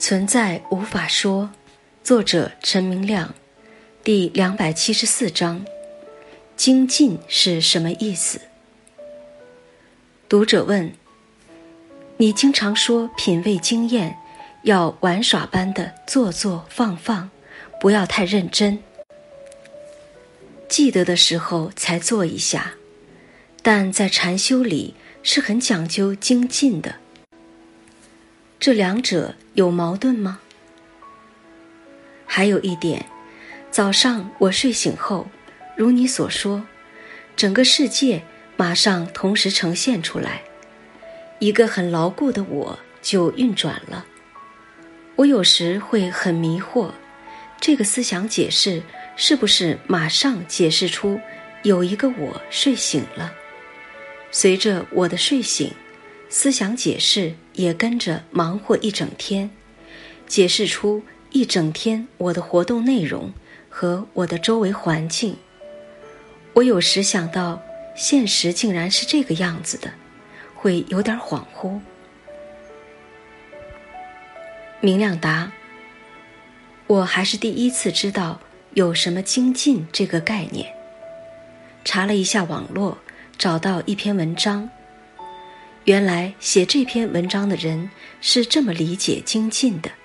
存在无法说，作者陈明亮，第274章，精进是什么意思？读者问：你经常说品味经验要玩耍般的做做放放，不要太认真，记得的时候才做一下，但在禅修里是很讲究精进的，这两者有矛盾吗？还有一点，早上我睡醒后，如你所说，整个世界马上同时呈现出来，一个很牢固的我就运转了。我有时会很迷惑，这个思想解释是不是马上解释出有一个我睡醒了？随着我的睡醒，思想解释也跟着忙活一整天，解释出一整天我的活动内容和我的周围环境。我有时想到现实竟然是这个样子的，会有点恍惚。明亮答：我还是第一次知道有什么精进这个概念。查了一下网络，找到一篇文章，原来写这篇文章的人是这么理解精进的。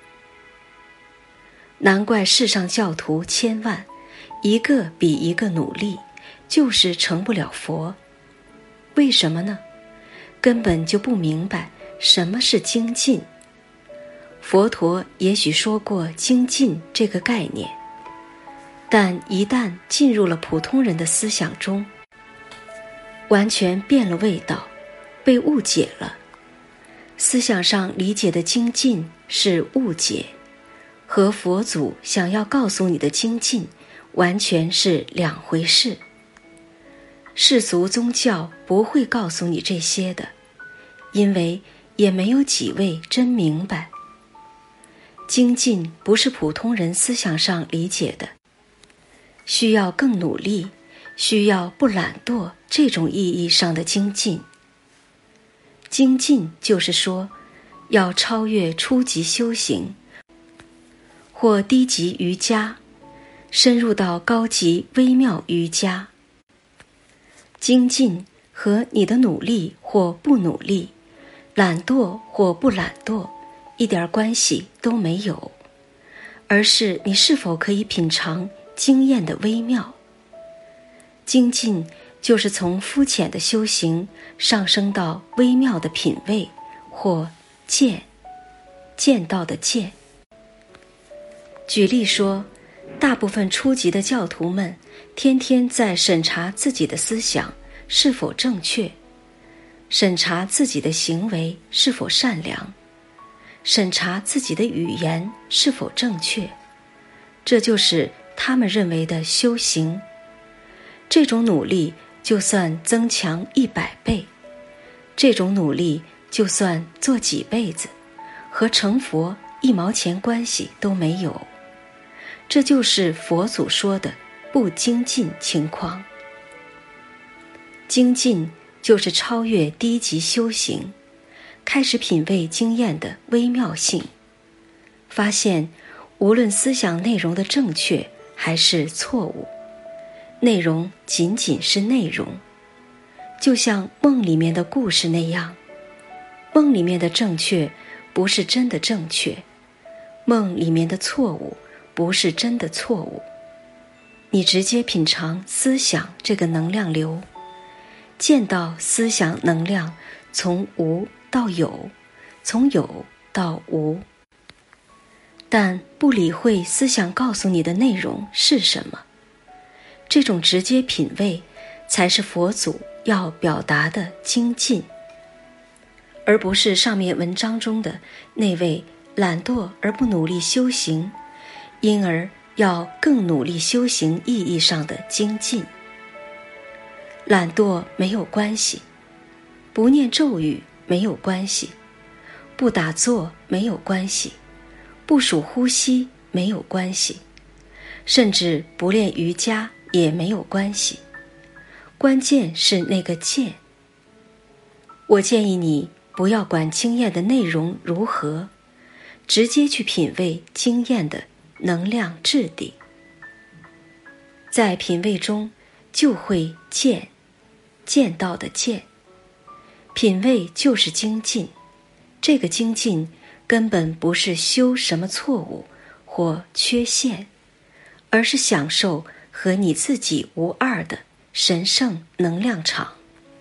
难怪世上教徒千万，一个比一个努力，就是成不了佛。为什么呢？根本就不明白什么是精进。佛陀也许说过精进这个概念，但一旦进入了普通人的思想中，完全变了味道，被误解了。思想上理解的精进是误解，和佛祖想要告诉你的精进完全是两回事。世俗宗教不会告诉你这些的，因为也没有几位真明白。精进不是普通人思想上理解的，需要更努力，需要不懒惰这种意义上的精进。精进就是说，要超越初级修行或低级瑜伽，深入到高级微妙瑜伽。精进和你的努力或不努力，懒惰或不懒惰，一点关系都没有，而是你是否可以品尝经验的微妙。精进就是从肤浅的修行上升到微妙的品味或见到的见。举例说，大部分初级的教徒们天天在审查自己的思想是否正确，审查自己的行为是否善良，审查自己的语言是否正确，这就是他们认为的修行。这种努力就算增强100倍，这种努力就算做几辈子，和成佛1毛钱关系都没有。这就是佛祖说的不精进情况。精进就是超越低级修行，开始品味经验的微妙性，发现无论思想内容的正确还是错误，内容仅仅是内容，就像梦里面的故事那样，梦里面的正确不是真的正确，梦里面的错误不是真的错误。你直接品尝思想这个能量流，见到思想能量从无到有，从有到无，但不理会思想告诉你的内容是什么。这种直接品味才是佛祖要表达的精进，而不是上面文章中的那位懒惰而不努力修行，因而要更努力修行意义上的精进。懒惰没有关系，不念咒语没有关系，不打坐没有关系，不数呼吸没有关系，甚至不练瑜伽也没有关系。关键是那个见。我建议你不要管经验的内容如何， 直接去品味经验的能量质地。在品味中就会见，见到的见。品味就是精进，这个精进根本不是修什么错误或缺陷，而是享受和你自己无二的神圣能量场。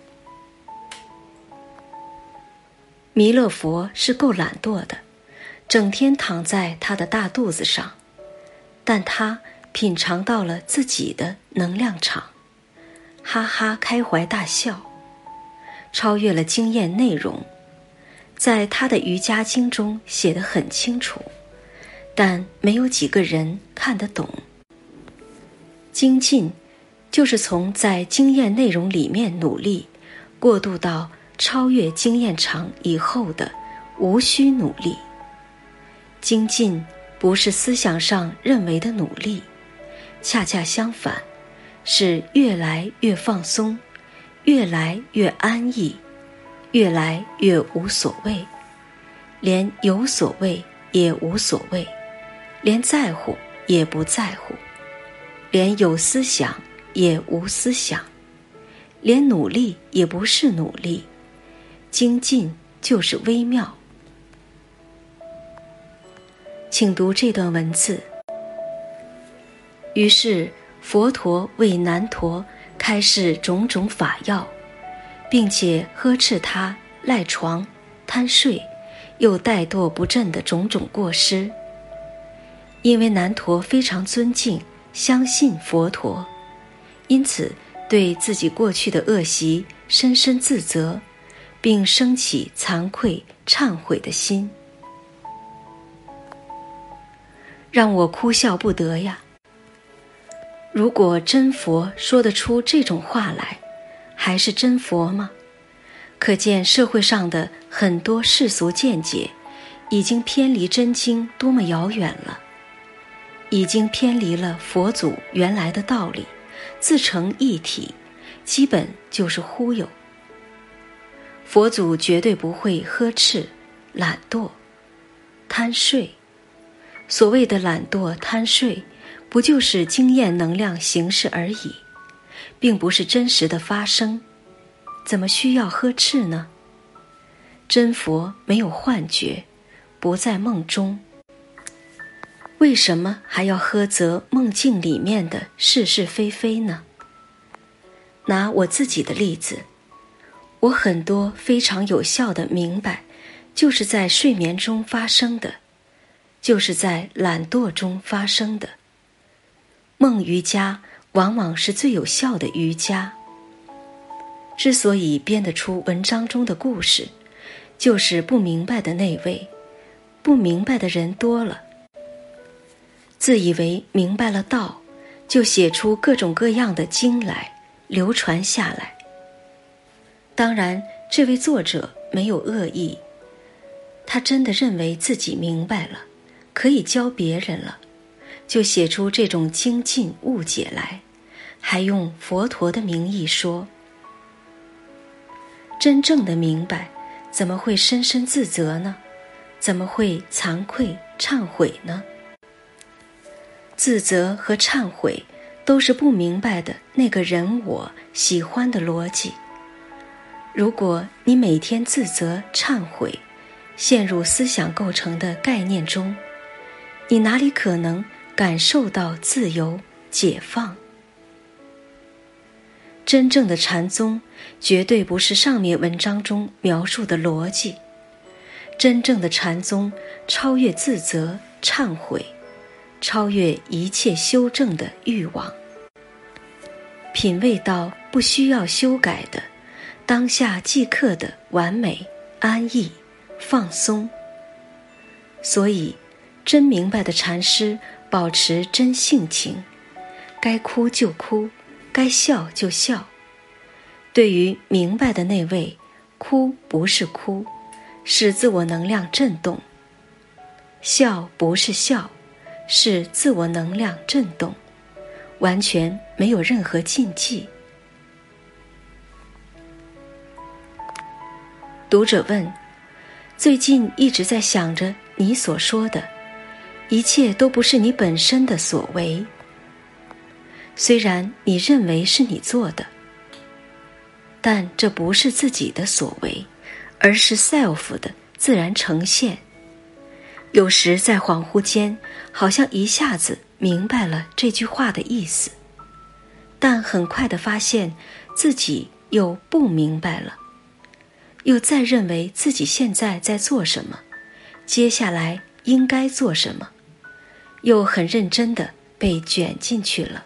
弥勒佛是够懒惰的，整天躺在他的大肚子上，但他品尝到了自己的能量场，哈哈开怀大笑，超越了经验内容。在他的瑜伽经中写得很清楚，但没有几个人看得懂。精进就是从在经验内容里面努力，过渡到超越经验场以后的无需努力。精进不是思想上认为的努力，恰恰相反，是越来越放松，越来越安逸，越来越无所谓，连有所谓也无所谓，连在乎也不在乎，连有思想也无思想，连努力也不是努力。精进就是微妙。请读这段文字。于是佛陀为难陀开示种种法要，并且呵斥他赖床、贪睡又怠惰不振的种种过失。因为难陀非常尊敬、相信佛陀，因此对自己过去的恶习深深自责，并升起惭愧、忏悔的心。让我哭笑不得呀！如果真佛说得出这种话来，还是真佛吗？可见社会上的很多世俗见解已经偏离真经多么遥远了，已经偏离了佛祖原来的道理，自成一体，基本就是忽悠。佛祖绝对不会呵斥懒惰、贪睡。所谓的懒惰、贪睡，不就是经验能量形式而已，并不是真实的发生，怎么需要呵斥呢？真佛没有幻觉，不在梦中，为什么还要呵责梦境里面的是是非非呢？拿我自己的例子，我很多非常有效的明白，就是在睡眠中发生的，就是在懒惰中发生的。梦瑜伽往往是最有效的瑜伽。之所以编得出文章中的故事，就是不明白的那位，不明白的人多了，自以为明白了道，就写出各种各样的经来，流传下来。当然，这位作者没有恶意，他真的认为自己明白了，可以教别人了，就写出这种精进误解来，还用佛陀的名义说。真正的明白，怎么会深深自责呢？怎么会惭愧忏悔呢？自责和忏悔都是不明白的那个人我喜欢的逻辑。如果你每天自责忏悔，陷入思想构成的概念中，你哪里可能感受到自由解放？真正的禅宗绝对不是上面文章中描述的逻辑，真正的禅宗超越自责忏悔，超越一切修正的欲望，品味到不需要修改的当下即刻的完美安逸放松。所以真明白的禅师保持真性情，该哭就哭，该笑就笑。对于明白的那位，哭不是哭，是自我能量震动；笑不是笑，是自我能量震动，完全没有任何禁忌。读者问：最近一直在想着你所说的，一切都不是你本身的所为。虽然你认为是你做的，但这不是自己的所为，而是 self 的自然呈现。有时在恍惚间，好像一下子明白了这句话的意思，但很快地发现自己又不明白了，又再认为自己现在在做什么，接下来应该做什么，又很认真地被卷进去了。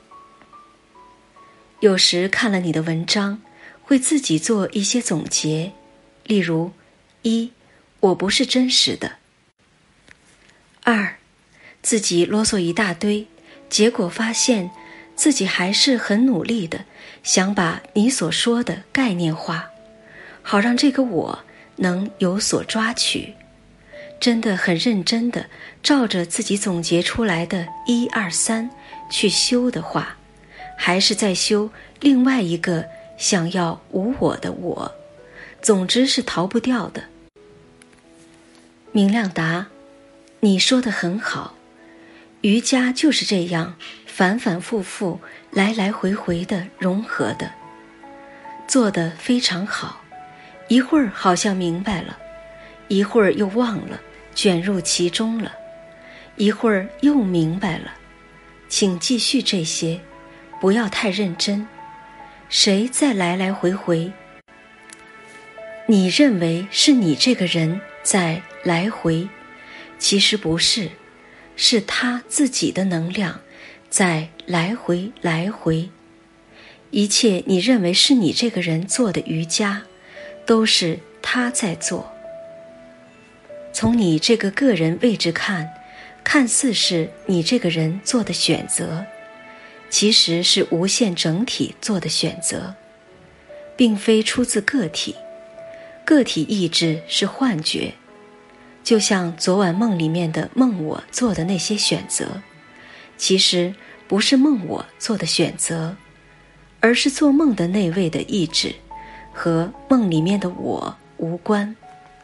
有时看了你的文章，会自己做一些总结，例如：1. 我不是真实的。2. 自己啰嗦一大堆，结果发现自己还是很努力的想把你所说的概念化，好让这个我能有所抓取。真的很认真的照着自己总结出来的1、2、3去修的话，还是在修另外一个想要无我的我，总之是逃不掉的。明亮答：你说得很好，瑜伽就是这样反反复复来来回回的融合的，做得非常好，一会儿好像明白了，一会儿又忘了，卷入其中了，一会儿又明白了。请继续这些，不要太认真。谁在来来回回？你认为是你这个人在来回，其实不是，是他自己的能量在来回来回。一切你认为是你这个人做的瑜伽，都是他在做。从你这个个人位置看，看似是你这个人做的选择，其实是无限整体做的选择，并非出自个体。个体意志是幻觉，就像昨晚梦里面的梦我做的那些选择，其实不是梦我做的选择，而是做梦的那位的意志，和梦里面的我无关。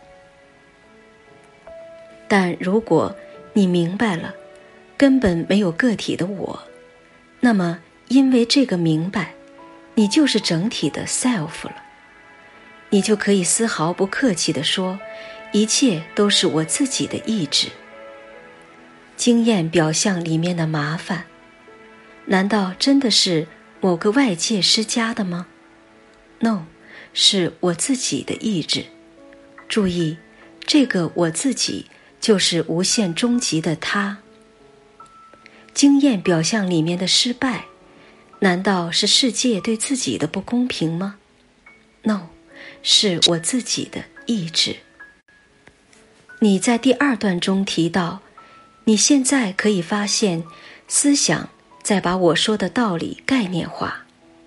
但如果你明白了，根本没有个体的我，那么因为这个明白，你就是整体的 self 了。你就可以丝毫不客气地说，一切都是我自己的意志。经验表象里面的麻烦，难道真的是某个外界施加的吗？ No， 是我自己的意志。注意，这个我自己就是无限终极的他。经验表象里面的失败，难道是世界对自己的不公平吗？ No， 是我自己的意志。你在第2段中提到，你现在可以发现思想在把我说的道理概念化。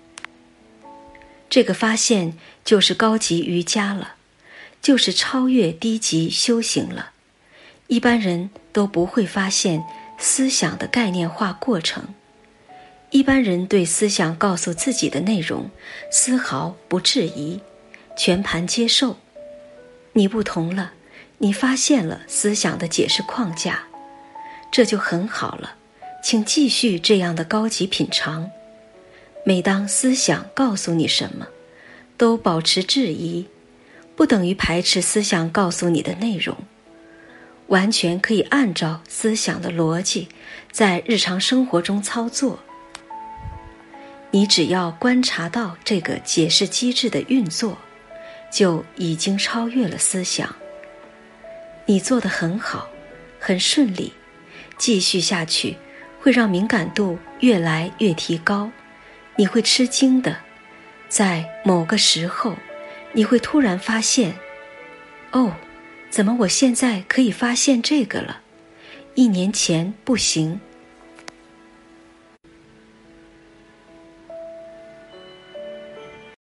这个发现就是高级瑜伽了，就是超越低级修行了。一般人都不会发现思想的概念化过程，一般人对思想告诉自己的内容丝毫不质疑，全盘接受。你不同了，你发现了思想的解释框架，这就很好了，请继续这样的高级品尝。每当思想告诉你什么，都保持质疑，不等于排斥思想告诉你的内容，完全可以按照思想的逻辑在日常生活中操作。你只要观察到这个解释机制的运作，就已经超越了思想。你做得很好，很顺利，继续下去会让敏感度越来越提高。你会吃惊的，在某个时候你会突然发现，怎么我现在可以发现这个了？1年前不行，